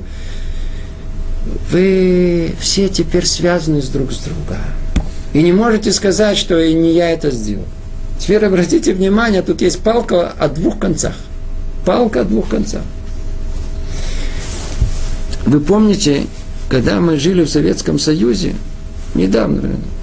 вы все теперь связаны друг с другом. И не можете сказать, что и не я это сделал. Теперь обратите внимание, тут есть палка о двух концах. Палка о двух концах. Вы помните, когда мы жили в Советском Союзе, недавно,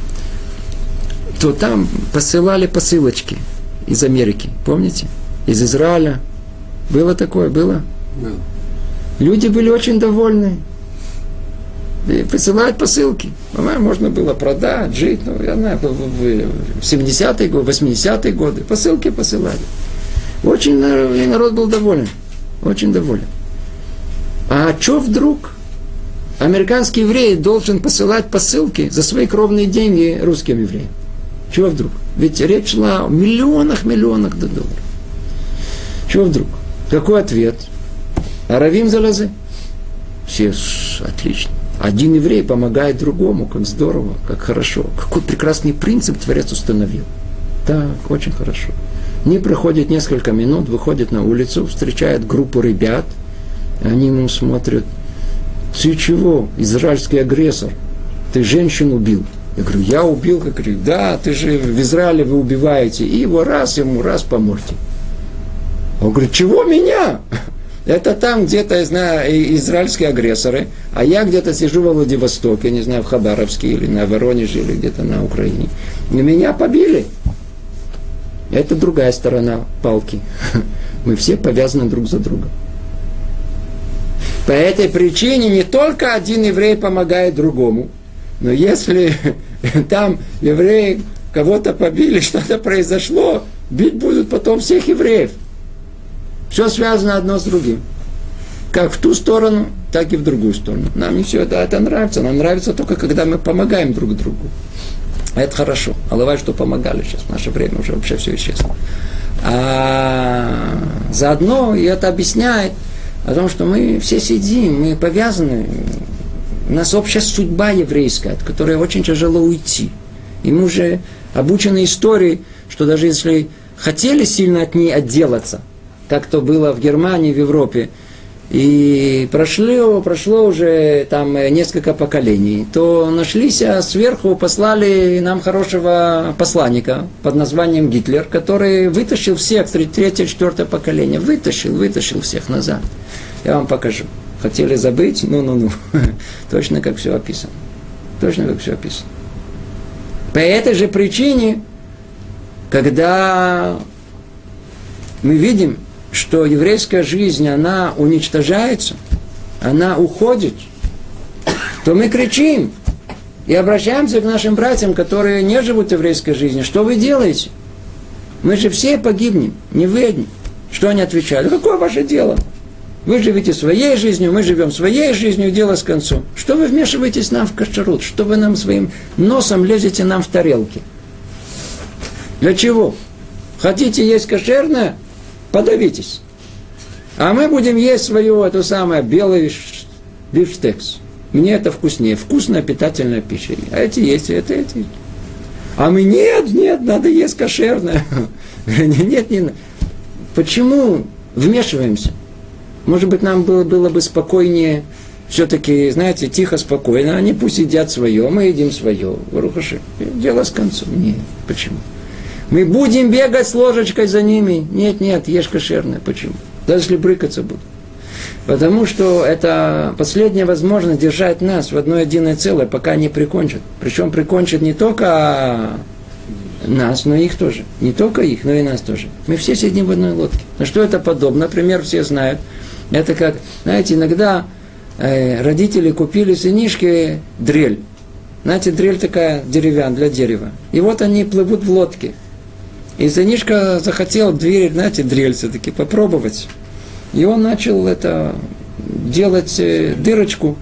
то там посылали посылочки из Америки. Помните? Из Израиля. Было такое? Было? Было. Люди были очень довольны. И присылают посылки. Можно было продать, жить. Я знаю, в 70-е годы, 80-е годы посылки посылали. Очень народ был доволен. Очень доволен. А что вдруг американский еврей должен посылать посылки за свои кровные деньги русским евреям? Чего вдруг? Ведь речь шла о миллионах долларов. Чего вдруг? Какой ответ? Аравим залазы? Все отлично. Один еврей помогает другому, как здорово, как хорошо. Какой прекрасный принцип Творец установил. Так, очень хорошо. Не проходит несколько минут, выходит на улицу, встречает группу ребят, они ему смотрят. Ты чего, израильский агрессор? Ты женщин убил. Я говорю, я убил, как говорю, да, ты же в Израиле вы убиваете. И его ему раз по морде. Он говорит, чего меня? Это там где-то, я знаю, израильские агрессоры, а я где-то сижу во Владивостоке, не знаю, в Хабаровске или на Воронеже, или где-то на Украине. И меня побили. Это другая сторона палки. Мы все повязаны друг за другом. По этой причине не только один еврей помогает другому, но если там евреи кого-то побили, что-то произошло, бить будут потом всех евреев. Все связано одно с другим. Как в ту сторону, так и в другую сторону. Нам не все это нравится. Нам нравится только, когда мы помогаем друг другу. Это хорошо. Аллах, что помогали сейчас. В наше время уже вообще все исчезло. А заодно и это объясняет о том, что мы все сидим, мы повязаны. У нас общая судьба еврейская, от которой очень тяжело уйти. И мы уже обучены историей, что даже если хотели сильно от ней отделаться, как то было в Германии, в Европе, и прошло уже там несколько поколений, то нашлись, а сверху послали нам хорошего посланника под названием Гитлер, который вытащил всех, третье, четвертое поколение, вытащил всех назад. Я вам покажу. Хотели забыть? Ну. Точно как все описано. По этой же причине, когда мы видим, что еврейская жизнь, она уничтожается, она уходит, то мы кричим и обращаемся к нашим братьям, которые не живут еврейской жизнью. Что вы делаете? Мы же все погибнем, не вы одни. Что они отвечали? Какое ваше дело? Вы живете своей жизнью, мы живем своей жизнью, дело с концом. Что вы вмешиваетесь нам в кашрут? Что вы нам своим носом лезете нам в тарелки? Для чего? Хотите есть кошерное? Подавитесь. А мы будем есть свою, эту самую, белый бифштекс. Мне это вкуснее. Вкусная питательная пища. А эти есть, это эти. А мы нет, надо есть кошерное. Нет, не надо. Почему вмешиваемся? Может быть, нам было бы спокойнее, все-таки, знаете, тихо, спокойно. Они пусть едят свое, мы едим свое. Рухаши. Дело с концом. Нет, почему? Мы будем бегать с ложечкой за ними. Нет, ешь кошерное. Почему? Даже если брыкаться будут. Потому что это последняя возможность держать нас в одно единое целое, пока они прикончат. Причем прикончат не только нас, но и их тоже. Не только их, но и нас тоже. Мы все сидим в одной лодке. На что это подобно? Например, все знают. Это как, знаете, иногда родители купили сынишке дрель. Знаете, дрель такая деревянная, для дерева. И вот они плывут в лодке. И сынишка захотел дрель все-таки попробовать. И он начал делать дырочку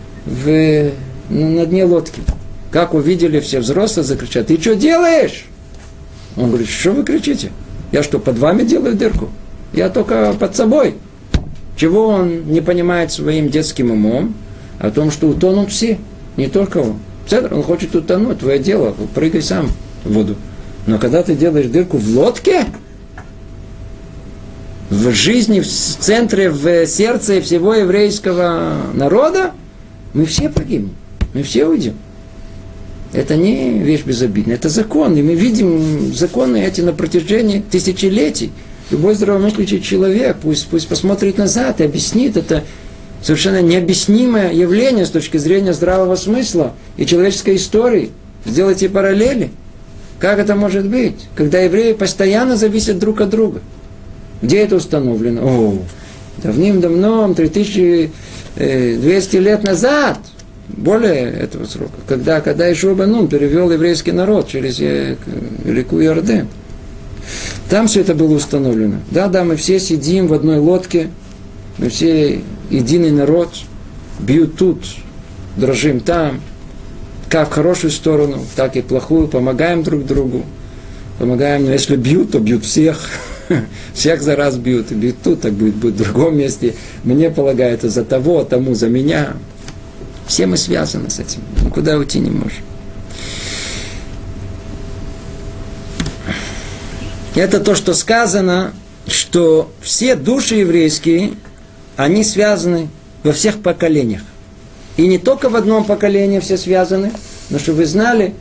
на дне лодки. Как увидели, все взрослые закричат: ты что делаешь? Он говорит: что вы кричите? Я что, под вами делаю дырку? Я только под собой. Чего он не понимает своим детским умом? О том, что утонут все, не только он. Он хочет утонуть, твое дело, прыгай сам в воду. Но когда ты делаешь дырку в лодке, в жизни, в центре, в сердце всего еврейского народа, мы все погибнем, мы все уйдем. Это не вещь безобидная, это закон. И мы видим законы эти на протяжении тысячелетий. Любой здравомыслящий человек пусть посмотрит назад и объяснит это совершенно необъяснимое явление с точки зрения здравого смысла и человеческой истории. Сделайте параллели. Как это может быть, когда евреи постоянно зависят друг от друга? Где это установлено? Давным-давно, 3200 лет назад, более этого срока, когда Йошуа бен Нун перевел еврейский народ через реку Иорден. Там все это было установлено. Да, мы все сидим в одной лодке, мы все единый народ, бьют тут, дрожим там, как в хорошую сторону, так и в плохую, помогаем друг другу. Помогаем, но если бьют, то бьют всех. Всех за раз бьют, и бьют тут, так будет в другом месте. Мне полагается за того, тому за меня. Все мы связаны с этим. Никуда уйти не можем. Это то, что сказано, что все души еврейские, они связаны во всех поколениях. И не только в одном поколении все связаны, но что вы знали,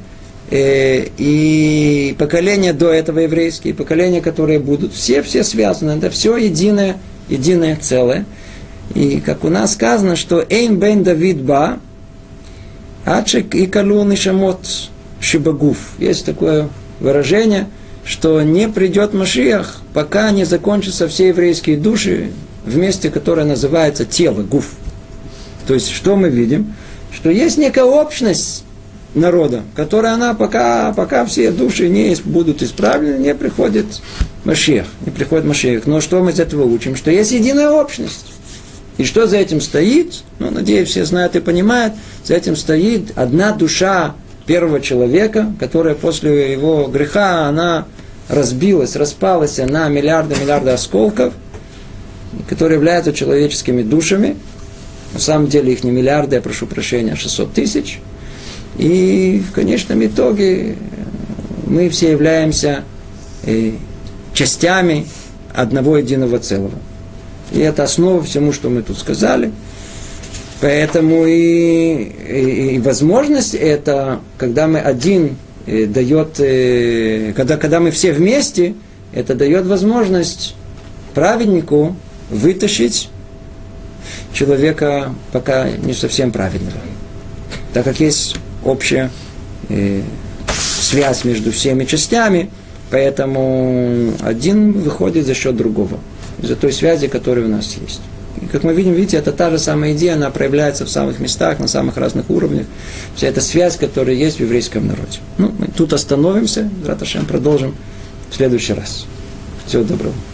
и поколения до этого еврейские, и поколения, которые будут, все связаны. Это все единое целое. И как у нас сказано, что «Эйн бен Давид ба, ачек и калу нишамот шибагуф». Есть такое выражение, что не придет Машиах, пока не закончатся все еврейские души в месте, которое называется тело, гуф. То есть, что мы видим? Что есть некая общность народа, которая она, пока все души не будут исправлены, не приходит Машиах. Но что мы из этого учим? Что есть единая общность. И что за этим стоит? Надеюсь, все знают и понимают. За этим стоит одна душа первого человека, которая после его греха, она распалась на миллиарды осколков, которые являются человеческими душами. На самом деле их не миллиарды, я прошу прощения, 600 тысяч. И в конечном итоге мы все являемся частями одного единого целого. И это основа всему, что мы тут сказали. Поэтому и возможность это, когда мы один дает, когда мы все вместе, это дает возможность праведнику вытащить человека пока не совсем праведного. Так как есть общая связь между всеми частями, поэтому один выходит за счет другого, из-за той связи, которая у нас есть. И как мы видим, видите, это та же самая идея, она проявляется в самых местах, на самых разных уровнях. Вся эта связь, которая есть в еврейском народе. Ну, мы тут остановимся, Рат Ашем продолжим в следующий раз. Всего доброго.